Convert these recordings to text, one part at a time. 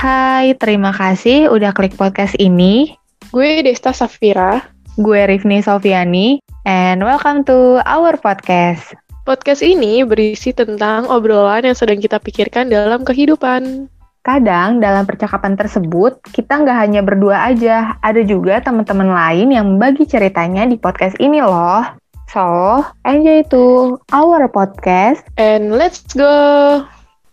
Hai, terima kasih udah klik podcast ini. Gue Desta Safira. Gue Rifni Sofiani, and welcome to our podcast. Podcast ini berisi tentang obrolan yang sedang kita pikirkan dalam kehidupan. Kadang dalam percakapan tersebut, kita nggak hanya berdua aja, ada juga teman-teman lain yang membagi ceritanya di podcast ini loh. So, enjoy to our podcast. And let's go!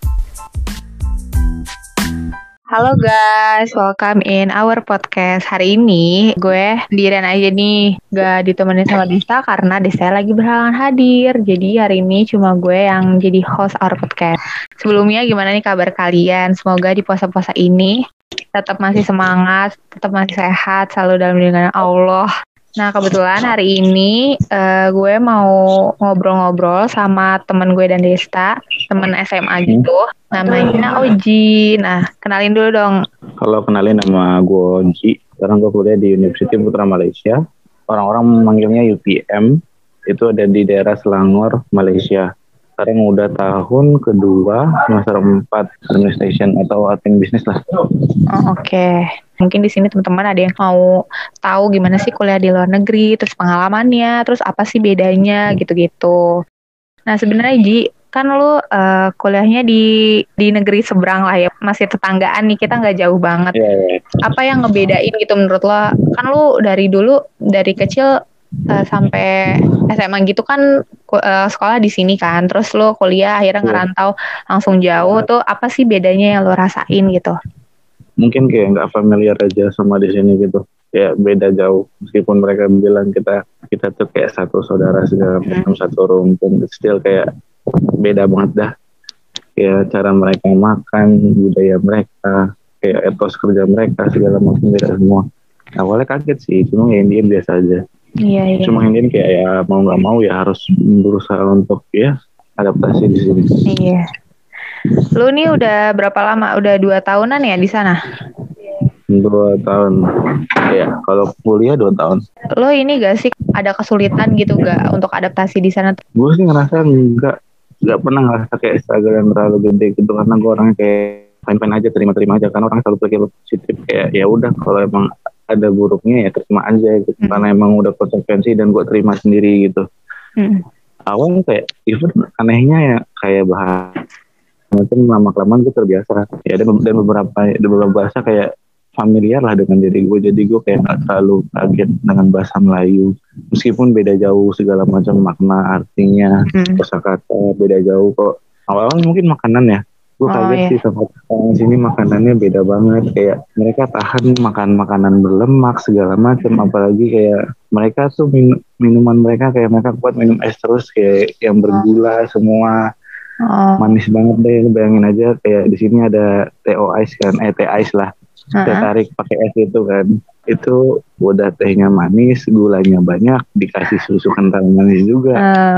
Halo guys, welcome in our podcast. Hari ini gue sendirian aja nih, gak ditemenin sama Desta karena Desta lagi berhalangan hadir. Jadi hari ini cuma gue yang jadi host our podcast. Sebelumnya gimana nih kabar kalian? Semoga di puasa-puasa ini tetap masih semangat, tetap masih sehat, selalu dalam lindungan Allah. Nah kebetulan hari ini gue mau ngobrol-ngobrol sama temen gue dan Desta, temen SMA gitu, namanya Oji. Nah kenalin dulu dong. Halo, kenalin nama gue Oji. Sekarang gue kuliah di University Putra Malaysia. Orang-orang memanggilnya UPM. Itu ada di daerah Selangor, Malaysia. Sekarang udah tahun kedua, semester 4 administration atau admin bisnis lah. Oh, Oke. Mungkin di sini teman-teman ada yang mau tahu gimana sih kuliah di luar negeri, terus pengalamannya, terus apa sih bedanya gitu-gitu. Nah sebenarnya Ji, kan lu kuliahnya di negeri seberang lah ya, masih tetanggaan nih, kita nggak jauh banget. Yeah. Apa yang ngebedain gitu menurut lo? Kan lu dari kecil sampai SMA gitu kan sekolah di sini kan, terus lo kuliah akhirnya ngerantau langsung jauh tuh, apa sih bedanya yang lo rasain gitu? Mungkin kayak nggak familiar aja sama di sini gitu. Ya beda jauh. Meskipun mereka bilang kita tuh kayak satu saudara segala macam, satu rumpun, still kayak beda banget dah. Kayak cara mereka makan, budaya mereka, kayak etos kerja mereka segala macam beda semua. Awalnya kaget sih, cuma yang Indian biasa aja. Iya. Cuma Indian kayak ya mau nggak mau ya harus berusaha untuk ya adaptasi di sini. Iya. Lu nih udah berapa lama? Udah 2 tahunan ya di sana? 2 tahun. Ya, kalau kuliah 2 tahun. Lo ini gak sih ada kesulitan gitu gak untuk adaptasi di sana? Gue sih ngerasa nggak pernah ngerasa kayak struggle yang terlalu gede gitu, karena gue orangnya kayak fine-fine aja, terima-terima aja, karena orang selalu pikir positif kayak ya udah kalau emang ada buruknya ya terima aja gitu, karena emang udah konsekuensi dan gue terima sendiri gitu. Awalnya kayak even anehnya ya kayak bahasa mungkin lama-kelamaan gue terbiasa ya, dan beberapa bahasa kayak familiar lah dengan diri gue, jadi gue kayak nggak terlalu kaget dengan bahasa Melayu meskipun beda jauh segala macam makna artinya, kosakata beda jauh kok. Awalnya mungkin makanan ya, gue kaget sih sama orang sini makanannya beda banget, kayak mereka tahan makan makanan berlemak segala macam, apalagi kayak mereka tuh minuman mereka kayak mereka kuat minum es terus kayak yang bergula semua. Manis banget deh, bayangin aja kayak di sini ada TO ice kan, teh ice lah, teh tarik pakai es itu kan, itu udah tehnya manis, gulanya banyak, dikasih susu kental manis juga,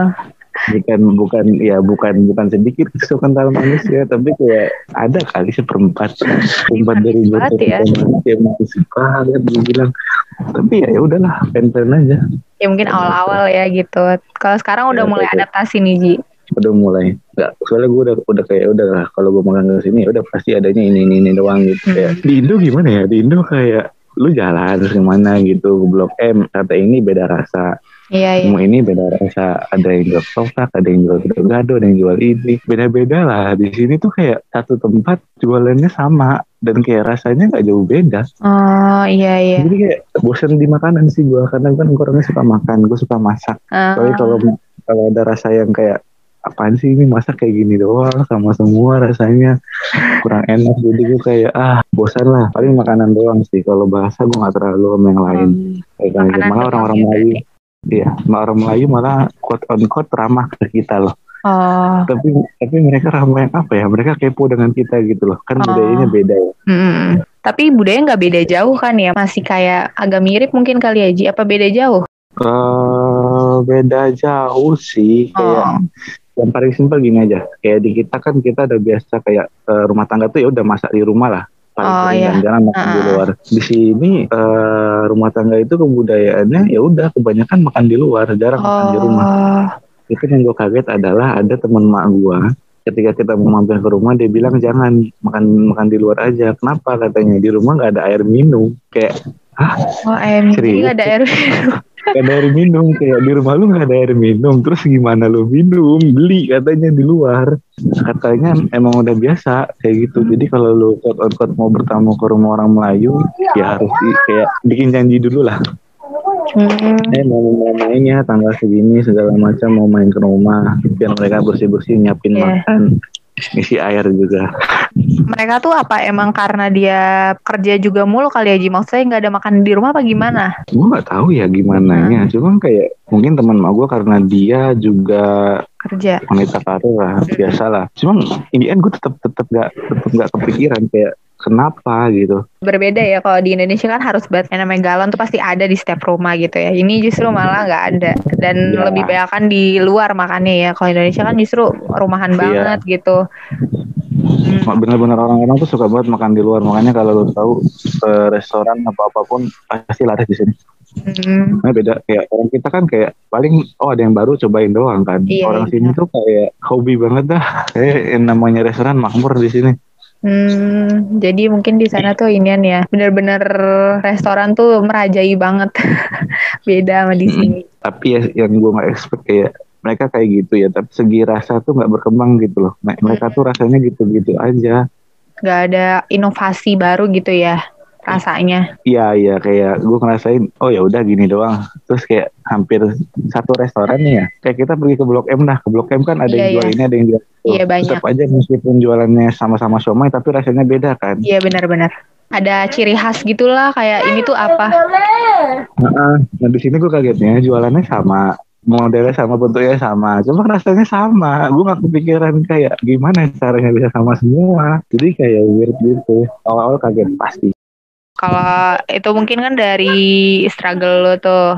bukan sedikit susu kental manis ya, tapi kayak ada kali seperempat dari botol yang masih suka kan gue bilang, tapi ya udahlah, pen-pen aja. Ya mungkin awal-awal ya gitu. Kalau sekarang udah mulai adaptasi nih Ji. Udah mulai nggak, soalnya gue udah kayak udah lah, kalau gue makan ke sini udah pasti adanya ini doang gitu. Kayak di Indo gimana ya, di Indo kayak lu jalan terus kemana gitu, Blok M kata ini beda rasa, semua ini beda rasa, ada yang jual sofak, ada yang jual gado, ada yang jual ini, beda-beda lah. Di sini tuh kayak satu tempat jualannya sama dan kayak rasanya nggak jauh beda. Iya. Jadi kayak bosan di makanan sih gue, karena kan orangnya suka makan, gue suka masak. Tapi kalau ada rasa yang kayak apaan sih ini masak kayak gini doang sama semua rasanya kurang enak, jadi gue kayak bosan lah, paling makanan doang sih. Kalau bahasa gue nggak terlalu sama yang lain. Malah orang-orang Melayu, orang Melayu malah quote on quote ramah ke kita loh. Tapi mereka ramah yang apa ya, mereka kepo dengan kita gitu loh, kan budayanya beda ya. Tapi budaya nggak beda jauh kan ya, masih kayak agak mirip mungkin kali ya Ji, apa beda jauh? Beda jauh sih, kayak yang paling simpel gini aja, kayak di kita kan kita udah biasa kayak rumah tangga tuh ya udah masak di rumah lah, paling sering jangan makan di luar. Di sini rumah tangga itu kebudayaannya ya udah kebanyakan makan di luar, jarang makan di rumah. Itu yang gue kaget adalah ada teman mak gue ketika kita mau mampir ke rumah dia bilang jangan makan di luar aja. Kenapa katanya di rumah nggak ada air minum. Kayak OMG serius? gak ada air minum. Gak ada air minum, kayak di rumah lu gak ada air minum, terus gimana lu minum? Beli katanya di luar. Katanya emang udah biasa kayak gitu. Jadi kalau lu quote mau bertamu ke rumah orang Melayu, ya harus kayak bikin janji dulu lah. Mau main ya tanggal segini segala macam, mau main ke rumah biar mereka bersih nyiapin makan, isi air juga. Mereka tuh apa emang karena dia kerja juga mulu kali ya Ji? Maksudnya nggak ada makan di rumah apa gimana? Gue nggak tahu ya gimana nya. Cuman kayak mungkin teman mak gue karena dia juga kerja wanita karir lah, biasa lah. Cuman in the end gue tetap nggak kepikiran kayak kenapa gitu. Berbeda ya, kalau di Indonesia kan harus banget yang namanya galon tuh pasti ada di setiap rumah gitu ya. Ini justru malah nggak ada dan lebih banyak kan di luar makannya ya. Kalau Indonesia kan justru rumahan banget gitu. Bener-bener orang-orang tuh suka banget makan di luar, makanya kalau lo tahu restoran apapun pasti laris di sini. Nah beda kayak orang kita kan kayak paling ada yang baru cobain doang kan. Orang sini tuh kayak hobi banget dah. Kayak yang namanya restoran makmur di sini. Jadi mungkin di sana tuh inian ya, bener-bener restoran tuh merajai banget. Beda sama di sini. Tapi ya yang gue nggak expect kayak mereka kayak gitu ya, tapi segi rasa tuh nggak berkembang gitu loh. Mereka tuh rasanya gitu-gitu aja. Gak ada inovasi baru gitu ya rasanya. Iya kayak gue ngerasain ya udah gini doang. Terus kayak hampir satu restoran nih ya. Kayak kita pergi ke Blok M dah. Ke Blok M kan ada yang jual ini, ada yang jual itu. Iya banyak. Tetap aja meskipun jualannya sama-sama siomay tapi rasanya beda kan. Iya benar-benar. Ada ciri khas gitulah kayak ini tuh apa. Nah di sini gue kagetnya jualannya sama, modelnya sama, bentuknya sama, cuma rasanya sama. Gue gak kepikiran kayak gimana caranya bisa sama semua. Jadi kayak weird gitu. Awal-awal kaget pasti. Kalau itu mungkin kan dari struggle lo tuh.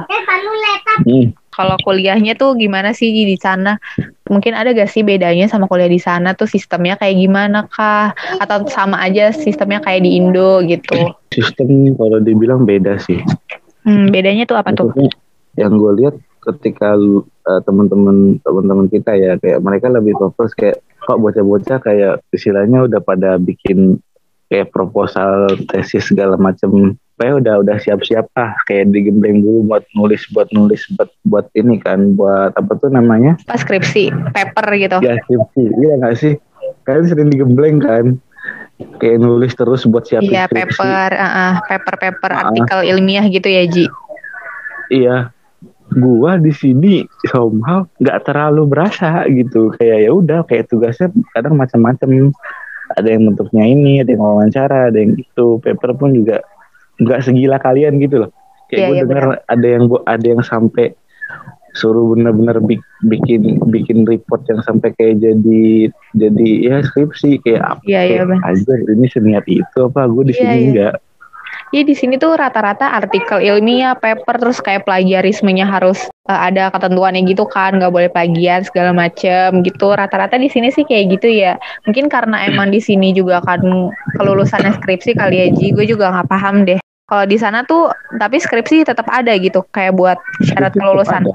Kalau kuliahnya tuh gimana sih di sana? Mungkin ada gak sih bedanya sama kuliah di sana tuh sistemnya kayak gimana kah? Atau sama aja sistemnya kayak di Indo gitu? Sistem kalau dibilang beda sih. Bedanya tuh apa tuh? Yang gue lihat ketika teman-teman kita ya kayak mereka lebih fokus kayak kok bocah-bocah kayak istilahnya udah pada bikin kayak proposal tesis segala macam, kayak udah siap-siap kayak digembleng dulu buat nulis buat ini kan, buat apa tuh namanya? Pas skripsi, paper gitu. Ya skripsi, iya nggak sih? Kalian sering digembleng kan? Kayak nulis terus buat siapin skripsi. Iya paper artikel ilmiah gitu ya Ji? Iya. Gua di sini somehow nggak terlalu berasa gitu, kayak ya udah kayak tugasnya kadang macam-macam. Ada yang bentuknya ini, ada yang wawancara, ada yang itu. Paper pun juga nggak segila kalian gitu loh. Kayak gue dengar ada yang sampai suruh bener-bener bikin report yang sampai kayak jadi ya skripsi kayak apa? Aja ini seniat itu apa? Gue di sini enggak. Ya di sini tuh rata-rata artikel ilmiah, paper, terus kayak plagiarismenya harus ada ketentuannya gitu kan, nggak boleh plagiat segala macem gitu. Rata-rata di sini sih kayak gitu ya. Mungkin karena emang di sini juga kan kelulusannya skripsi kali ya Ji. Gue juga nggak paham deh. Kalau di sana tuh, tapi skripsi tetap ada gitu, kayak buat syarat kelulusan.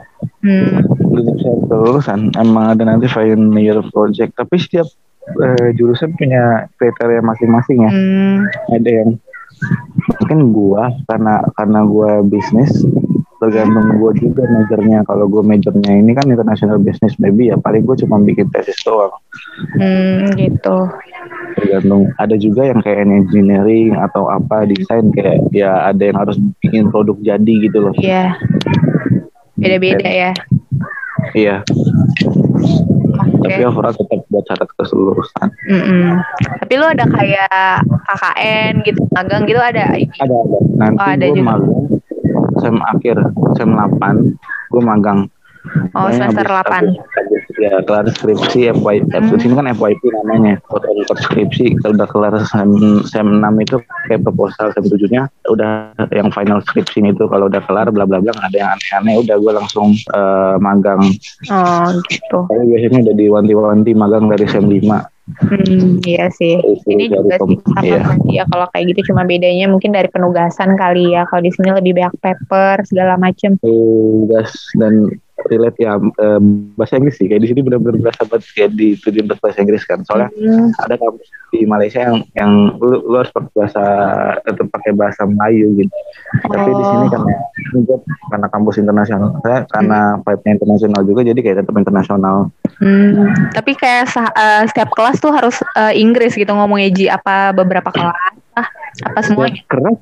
Syarat kelulusan, emang ada nanti final year project. Tapi setiap jurusan punya kriteria masing-masing ya. Ada yang mungkin karena gua bisnis, tergantung gua juga majornya. Kalau gua majornya ini kan international business, maybe ya paling gua cuma bikin tesis doang. Gitu. Tergantung. Ada juga yang kayak engineering atau apa desain, kayak ya ada yang harus bikin produk jadi gitu loh. Iya. Beda-beda ya. Iya. Tapi overall tetap buat syarat keseluruhan. Tapi lu ada kayak KKN gitu, magang gitu ada? Ada. Nanti ada gue juga. magang sem 8 gue magang. Semester 8. Ya kelar skripsi FYP. Ini kan FYP namanya. Foto skripsi kita udah kelar sem 6 itu kayak proposal, sem 7-nya udah yang final skripsi itu kalau udah kelar bla bla bla, ada yang aneh-aneh udah gue langsung magang. Gitu. Tapi biasanya udah diwanti-wanti magang dari sem 5. Iya sih. Ini juga sih sama ya kalau kayak gitu, cuma bedanya mungkin dari penugasan kali ya. Kalau di sini lebih banyak paper segala macam. Tugas dan relate ya bahasa Inggris sih. Kayak di sini benar-benar berasa banget kayak ditujuin untuk bahasa Inggris kan. Soalnya ada kampus di Malaysia yang lu harus pakai bahasa tetap pakai bahasa Melayu gitu. Tapi di sini karena kampus internasional, karena vibe-nya internasional juga, jadi kayak tetap internasional. Tapi kayak setiap kelas tuh harus Inggris gitu ngomongnya Ji, apa beberapa kelas? Apa semuanya? Keras.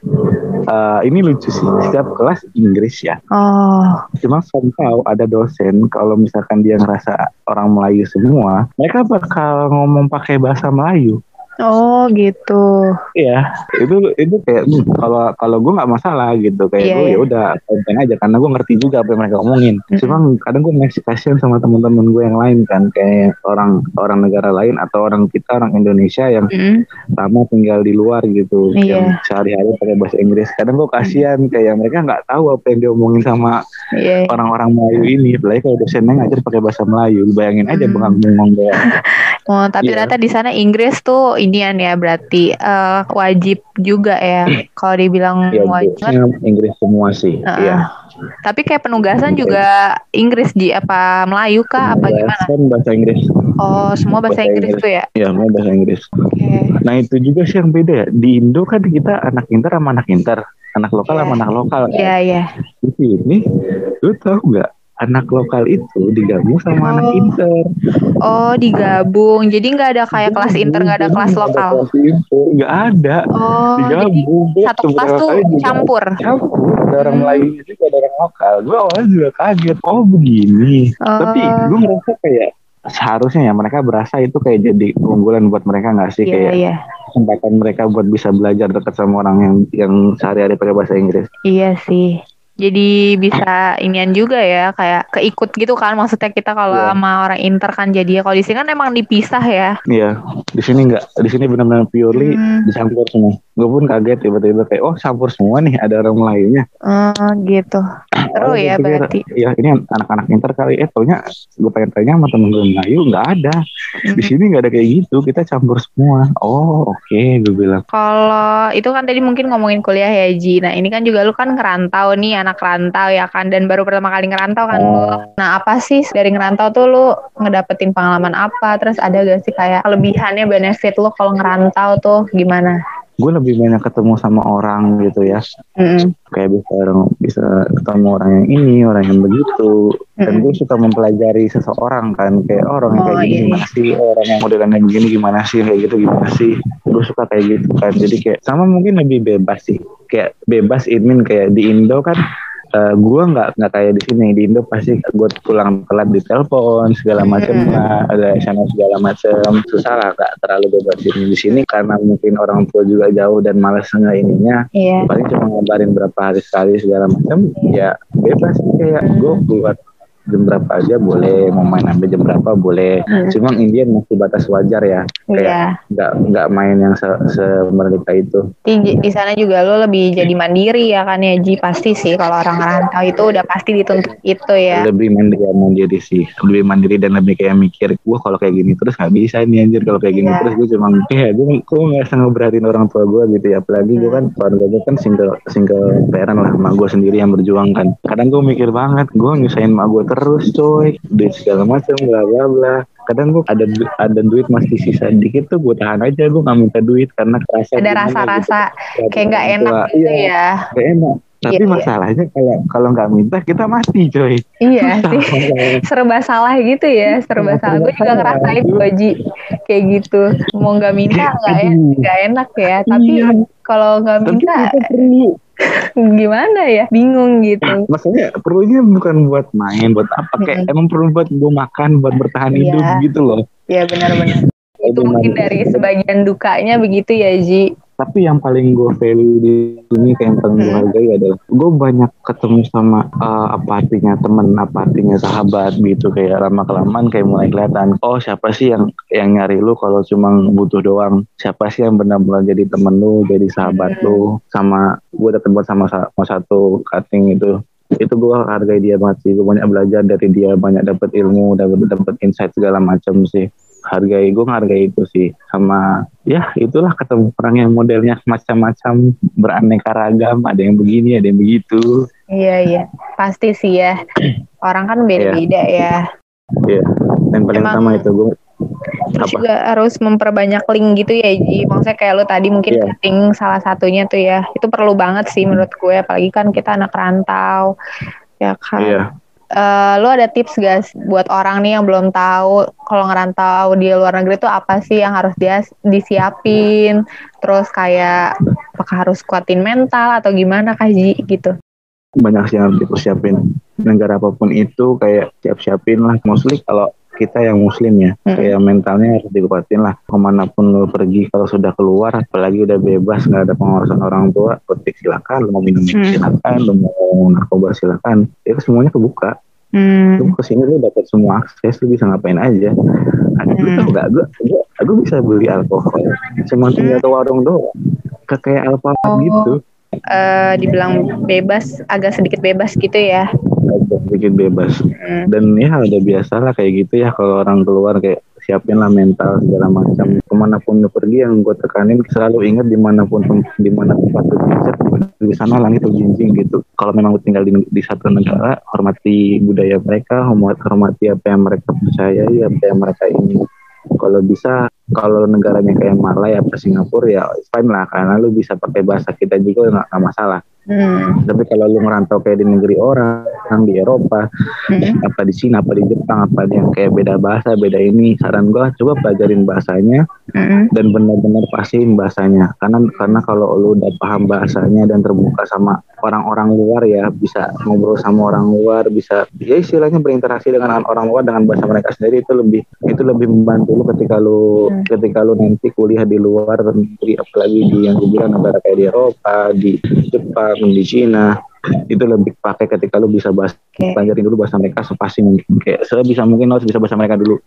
Ini lucu sih, setiap kelas Inggris ya. Cuma somehow ada dosen kalau misalkan dia ngerasa orang Melayu semua, mereka bakal ngomong pakai bahasa Melayu. Oh gitu. Iya, itu kayak kalau gue nggak masalah gitu, kayak gue ya udah konten aja karena gue ngerti juga apa yang mereka ngomongin. Cuma kadang gue masih kasihan sama teman-teman gue yang lain kan, kayak orang negara lain atau orang Indonesia yang lama tinggal di luar gitu, yang sehari-hari pakai bahasa Inggris. Kadang gue kasihan kayak mereka nggak tahu apa yang diomongin sama orang-orang Melayu ini. Apalagi kalau dosennya ngajar pakai bahasa Melayu, bayangin aja bengong-bengong kayak. Oh, tapi ternyata di sana Inggris tuh inian ya, berarti wajib juga ya kalau dibilang wajib. Inggris semua sih. Iya. Tapi kayak penugasan juga Inggris Ji, apa Melayu kah apa gimana? Bahasa Inggris. Oh, semua bahasa Inggris tuh ya? Iya, semua bahasa Inggris. Nah, itu juga sih yang beda ya. Di Indo kan kita anak pintar sama anak pintar, anak lokal sama anak lokal. Iya. Di sini, lu tahu nggak? Anak lokal itu digabung sama anak inter. Oh, digabung. Jadi nggak ada kayak kelas inter, nggak ada kelas lokal. Nggak ada. Oh, digabung. Jadi satu kelas tuh campur. Ada orang Melayu juga, ada orang lokal. Gue awalnya juga kaget. Oh begini. Tapi gue ngerasa kayak seharusnya ya mereka berasa itu kayak jadi keunggulan buat mereka nggak sih, kayak kesempatan mereka buat bisa belajar dekat sama orang yang sehari-hari pakai bahasa Inggris. Iya sih. Jadi bisa inian juga ya, kayak keikut gitu kan, maksudnya kita kalau sama orang inter kan jadi kalau di sini kan emang dipisah ya. Iya, di sini enggak, di sini benar-benar purely dicampur semua. Gue pun kaget tiba-tiba kayak campur semua nih, ada orang Melayunya. Gitu. Seru ya berarti. Iya, ini anak-anak inter kali. Taunya gue pengen tanya sama temen gue Melayu, nggak ada. Di sini nggak ada kayak gitu, kita campur semua. Oh oke, gue bilang. Kalau itu kan tadi mungkin ngomongin kuliah ya Ji. Nah ini kan juga lu kan ngerantau nih, anak rantau ya kan, dan baru pertama kali ngerantau kan lu. Nah apa sih dari ngerantau tuh lu ngedapetin pengalaman apa? Terus ada gak sih kayak kelebihannya, benefit lu kalau ngerantau tuh gimana? Gue lebih banyak ketemu sama orang gitu ya. Kayak bisa ketemu orang yang ini, orang yang begitu. Dan gue suka mempelajari seseorang kan, kayak orang yang kayak gini gimana sih, orang yang modelannya begini gimana sih, kayak gitu gimana sih. Gue suka kayak gitu kan. Jadi kayak sama mungkin lebih bebas sih. Kayak bebas kayak di Indo kan. Gue nggak kayak di sini. Di Indo pasti gue pulang telat di telepon segala macam lah, ada sana segala macam, susah lah, nggak terlalu bebas di sini karena mungkin orang tua juga jauh dan malas nggak ininya. Paling cuma ngabarin berapa hari sekali segala macam. Ya bebas kayak gue keluar jam berapa aja boleh, mau main sampai jam berapa boleh. Cuma Indian masih batas wajar ya, kayak nggak main yang semerdeka itu. Di sana juga lo lebih jadi mandiri ya kan ya Ji, pasti sih kalau orang rantau itu udah pasti dituntut itu ya. Lebih mandiri sih, lebih mandiri dan lebih kayak mikir, gue kalau kayak gini terus nggak bisa nih anjir, kalau kayak gini terus gue cuma gue nggak bisa ngeberatin orang tua gue gitu ya. Apalagi gue kan keluarga gue kan single parent lah, mak gue sendiri yang berjuang kan. Kadang gue mikir banget, gue nyusahin mak gue terus coy, duit segala macam bla bla bla. Kadang gue ada duit masih sisa dikit tuh gue tahan aja, gue nggak minta duit karena ada rasa-rasa gitu. Kayak nggak enak gitu ya. Gak enak. Tapi masalahnya kalau nggak minta kita mati coy. Iya sih. Serba salah gitu ya, serba salah. Gue juga ngerasain Ji kayak gitu. Mau nggak minta nggak enak ya. Tapi kalau nggak minta gimana ya, bingung gitu. Maksudnya perlunya bukan buat main, buat apa, kayak emang perlu buat gue makan, buat bertahan hidup gitu loh. Iya benar-benar. Itu mungkin dari sebagian dukanya begitu ya Ji. Tapi yang paling gue value di sini, kayak yang paling gue hargai adalah gue banyak ketemu sama apa artinya teman, apa artinya sahabat gitu. Kayak lama-kelamaan kayak mulai kelihatan, oh siapa sih yang nyari lu kalau cuma butuh doang, siapa sih yang benar-benar jadi temen lu, jadi sahabat lu. Sama gue udah terbuat sama satu cutting itu gue hargai dia banget sih. Gue banyak belajar dari dia, banyak dapat ilmu, dapat insight segala macam sih. Gue ngehargai itu sih. Sama ya itulah, ketemu orang yang modelnya macam-macam, beraneka ragam, ada yang begini, ada yang begitu. Iya. Pasti sih ya. Orang kan beda-beda ya. Iya. Dan paling Emang utama itu gue terus apa? juga harus memperbanyak link gitu ya, Ji. Maksudnya kayak lo tadi mungkin Iya. cutting salah satunya tuh ya. Itu perlu banget sih menurut gue. Apalagi kan kita anak rantau. Ya kan. Iya. Lo ada tips guys buat orang nih yang belum tahu kalau ngerantau di luar negeri tuh apa sih yang harus dia disiapin? Terus kayak apakah harus kuatin mental atau gimana Kak Ji gitu? Banyak sih yang harus dipersiapin. Negara apapun itu kayak siap-siapin lah. Mostly kalau kita yang muslim ya, kayak mentalnya harus dikuatin lah. Kemanapun lo pergi, kalau sudah keluar, apalagi udah bebas, nggak ada pengawasan orang tua, petik silakan, lo mau minum silakan, lo mau narkoba silakan, itu semuanya kebuka. Lu kesini lu dapat semua akses, lu bisa ngapain aja. Lu tau gak, gue bisa beli alkohol cuma tinggal ke warung doang, kayak Alfamart gitu. Dibilang bebas, agak sedikit bebas gitu ya. Sedikit bebas. Dan ya udah biasa lah kayak gitu ya, kalau orang keluar kayak siapin lah mental segala macam. Kemanapun lu pergi, yang gue tekanin selalu ingat dimanapun tempat lu pijat, di sana langit terjunjung gitu. Kalau memang lu tinggal di satu negara, hormati budaya mereka, hormati apa yang mereka percayai, apa yang mereka ingin. Kalau bisa, kalau negaranya kayak Malay atau Singapura ya fine lah, karena lu bisa pakai bahasa kita juga nggak masalah. Tapi kalau lu merantau kayak di negeri orang di Eropa, apa di Cina, apa di Jepang, apa yang kayak beda bahasa, beda ini, saran gue coba pelajarin bahasanya dan benar-benar pastiin bahasanya. Karena kalau lu udah paham bahasanya dan terbuka sama orang-orang luar ya, bisa ngobrol sama orang luar, bisa ya istilahnya berinteraksi dengan orang luar dengan bahasa mereka sendiri, itu lebih membantu lu ketika lu nanti kuliah di luar negeri, apalagi di yang gue bilang negara kayak di Eropa, di Jepang, di Cina, itu lebih pakai ketika lu bisa pelajarin dulu bahasa mereka sepasti mungkin, kayak sebisa mungkin lu harus bisa bahasa mereka dulu.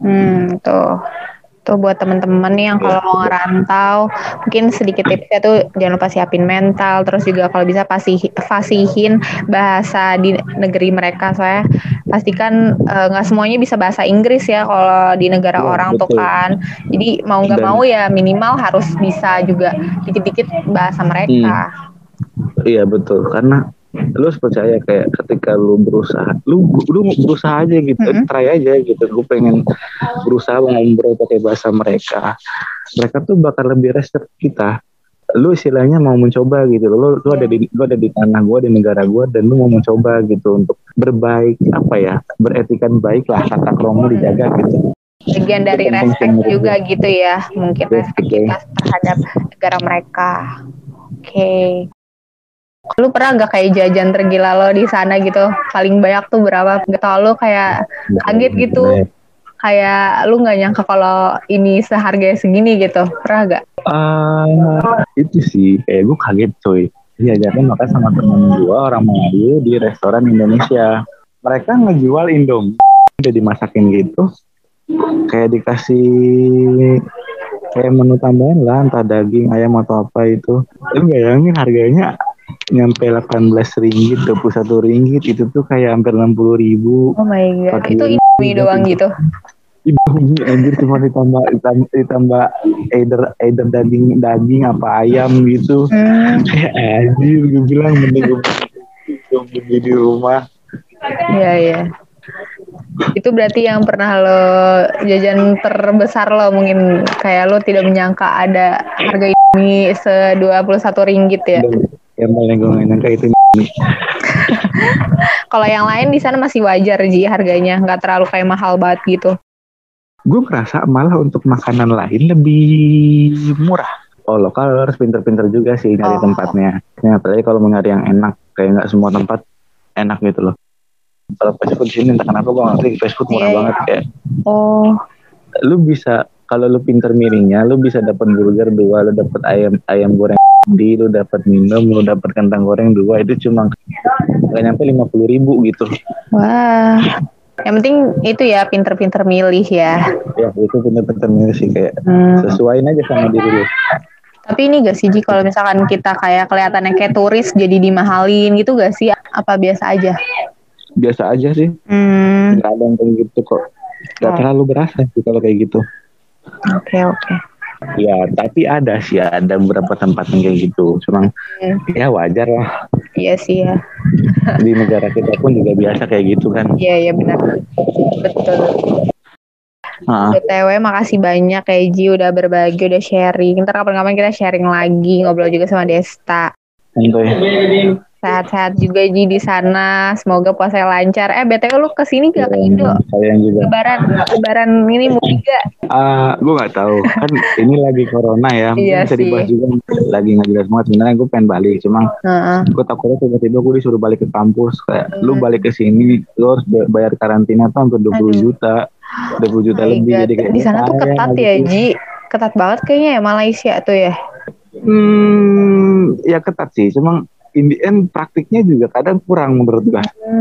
Tuh buat teman-teman nih yang kalau mau ngerantau, mungkin sedikit tipsnya tuh jangan lupa siapin mental, terus juga kalau bisa fasihin bahasa di negeri mereka, soalnya pastikan nggak semuanya bisa bahasa Inggris ya kalau di negara orang betul. Tuh kan, jadi mau nggak mau ya minimal harus bisa juga dikit-dikit bahasa mereka. Iya betul, karena lu harus percaya kayak ketika lu berusaha aja gitu, try aja gitu. Gue pengen berusaha ngobrol pakai bahasa mereka tuh bakal lebih respect kita. Lu istilahnya mau mencoba gitu, lu ada di tanah gue, di negara gue, dan lu mau mencoba gitu untuk berbaik, beretikan baik lah, tata krama dijaga gitu. Bagian dari respect juga gitu ya, mungkin respect kita terhadap negara mereka. Oke. Lu pernah gak kayak jajan tergila lo di sana gitu? Paling banyak tuh berapa? Gak tau, lu kayak kaget gitu. Kayak lu gak nyangka kalau ini seharga segini gitu. Pernah gak? Itu sih, kayak gue kaget coy. Diajakin makan sama temen gue orang Melayu di restoran Indonesia. Mereka ngejual Indomie udah dimasakin gitu. Kayak dikasih kayak menu tambahan lah, entah daging, ayam atau apa itu. Lu bayangin harganya nyampe 18 ringgit, 21 ringgit, itu tuh kayak hampir 60.000. Oh my god, itu Indomie doang gitu? Indomie anjir, cuma ditambah either daging apa ayam gitu. Kayak anjir, gue bilang mending gue beli di rumah. Iya. Itu berarti yang pernah lo jajan terbesar lo, mungkin kayak lo tidak menyangka ada harga Indomie se-21 ringgit ya? Yang paling gue gak nyangka itu. Kalau yang lain di sana masih wajar Ji harganya, nggak terlalu kayak mahal banget gitu. Gue merasa malah untuk makanan lain lebih murah. Oh, lokal harus pinter-pinter juga sih nyari tempatnya. Ya, apalagi kalau mau nyari yang enak, kayak nggak semua tempat enak gitu loh. Kalau fast food di sini entah kenapa gue ngerti fast food murah banget kayak. Lu bisa, kalau lu pinter milihnya, lu bisa dapat burger 2, lu dapat ayam goreng lu dapat minum, lu dapat kentang goreng 2, itu cuma nggak nyampe 50.000 gitu. Wah, yang penting itu ya pinter-pinter milih ya. Ya itu pinter-pinter milih sih, kayak sesuaiin aja sama diri lu. Tapi ini gak sih Ji, kalau misalkan kita kayak kelihatannya kayak turis jadi dimahalin gitu gak sih? Apa biasa aja? Biasa aja sih. Nggak ada yang kayak gitu kok. Nggak terlalu berasa sih kalau kayak gitu. Oke. Ya, tapi ada beberapa tempat yang kayak gitu. Cuma ya wajar lah. Iya sih ya. Di negara kita pun juga biasa kayak gitu kan. Iya benar. Betul. Nah, BTW makasih banyak ya Ji udah berbagi, udah sharing. Ntar kapan-kapan kita sharing lagi, ngobrol juga sama Desta. santai. Sehat-sehat juga Ji di sana. Semoga puasanya lancar. BTW lu kesini gak ke Indo? Sayang juga. Lebaran ini mudik gak? Gue nggak tahu. Kan ini lagi corona ya. Mungkin Iya bisa dibahas sih. juga. Lagi nggak jelas banget. Sebenarnya gue pengen balik. Cuma gue takutnya tiba-tiba gue disuruh balik ke kampus. Kayak lu balik ke sini, lu harus bayar karantina tuh hampir 20 juta. 20 juta lebih. Jadi kayak Di sana tuh ketat ya gitu. Ji. Ketat banget kayaknya ya Malaysia tuh ya. Ya ketat sih. Cuma in the end praktiknya juga kadang kurang menurut gue.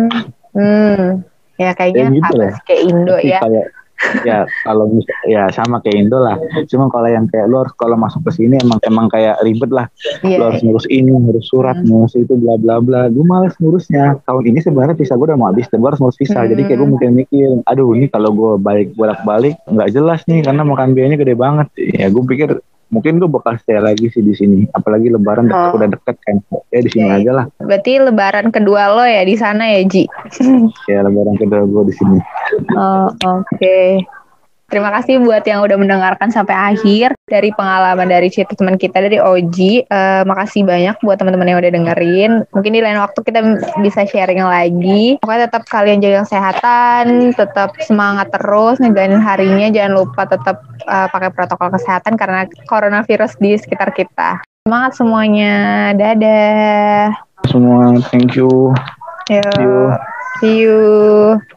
Ya kayaknya gitu sama sih kayak Indo tapi ya. Ya kalau ya sama kayak Indo lah. Cuma kalau yang kayak lu harus kalau masuk ke sini emang kayak ribet lah. Iya. Lu harus ngurus ini, ngurus surat, ngurus itu bla bla bla. Gue males ngurusnya. Tahun ini sebenarnya visa gue udah mau habis, dan gue harus ngurus visa. Jadi kayak gue mikir, aduh ini kalau gue bolak-balik nggak jelas nih karena makan biayanya gede banget. Ya gue pikir mungkin gue bakal stay lagi sih di sini. Apalagi Lebaran udah deket kan. Ya di sini aja lah. Berarti Lebaran kedua lo ya di sana ya Ji? Ya Lebaran kedua gue di sini. Oh, oke. Terima kasih buat yang udah mendengarkan sampai akhir dari pengalaman dari cerita teman kita dari Oji. Makasih banyak buat teman-teman yang udah dengerin. Mungkin di lain waktu kita bisa sharing lagi. Pokoknya tetap kalian jaga kesehatan, tetap semangat terus ngejalanin harinya. Jangan lupa tetap pakai protokol kesehatan karena coronavirus di sekitar kita. Semangat semuanya. Dadah. Semua thank you. See you.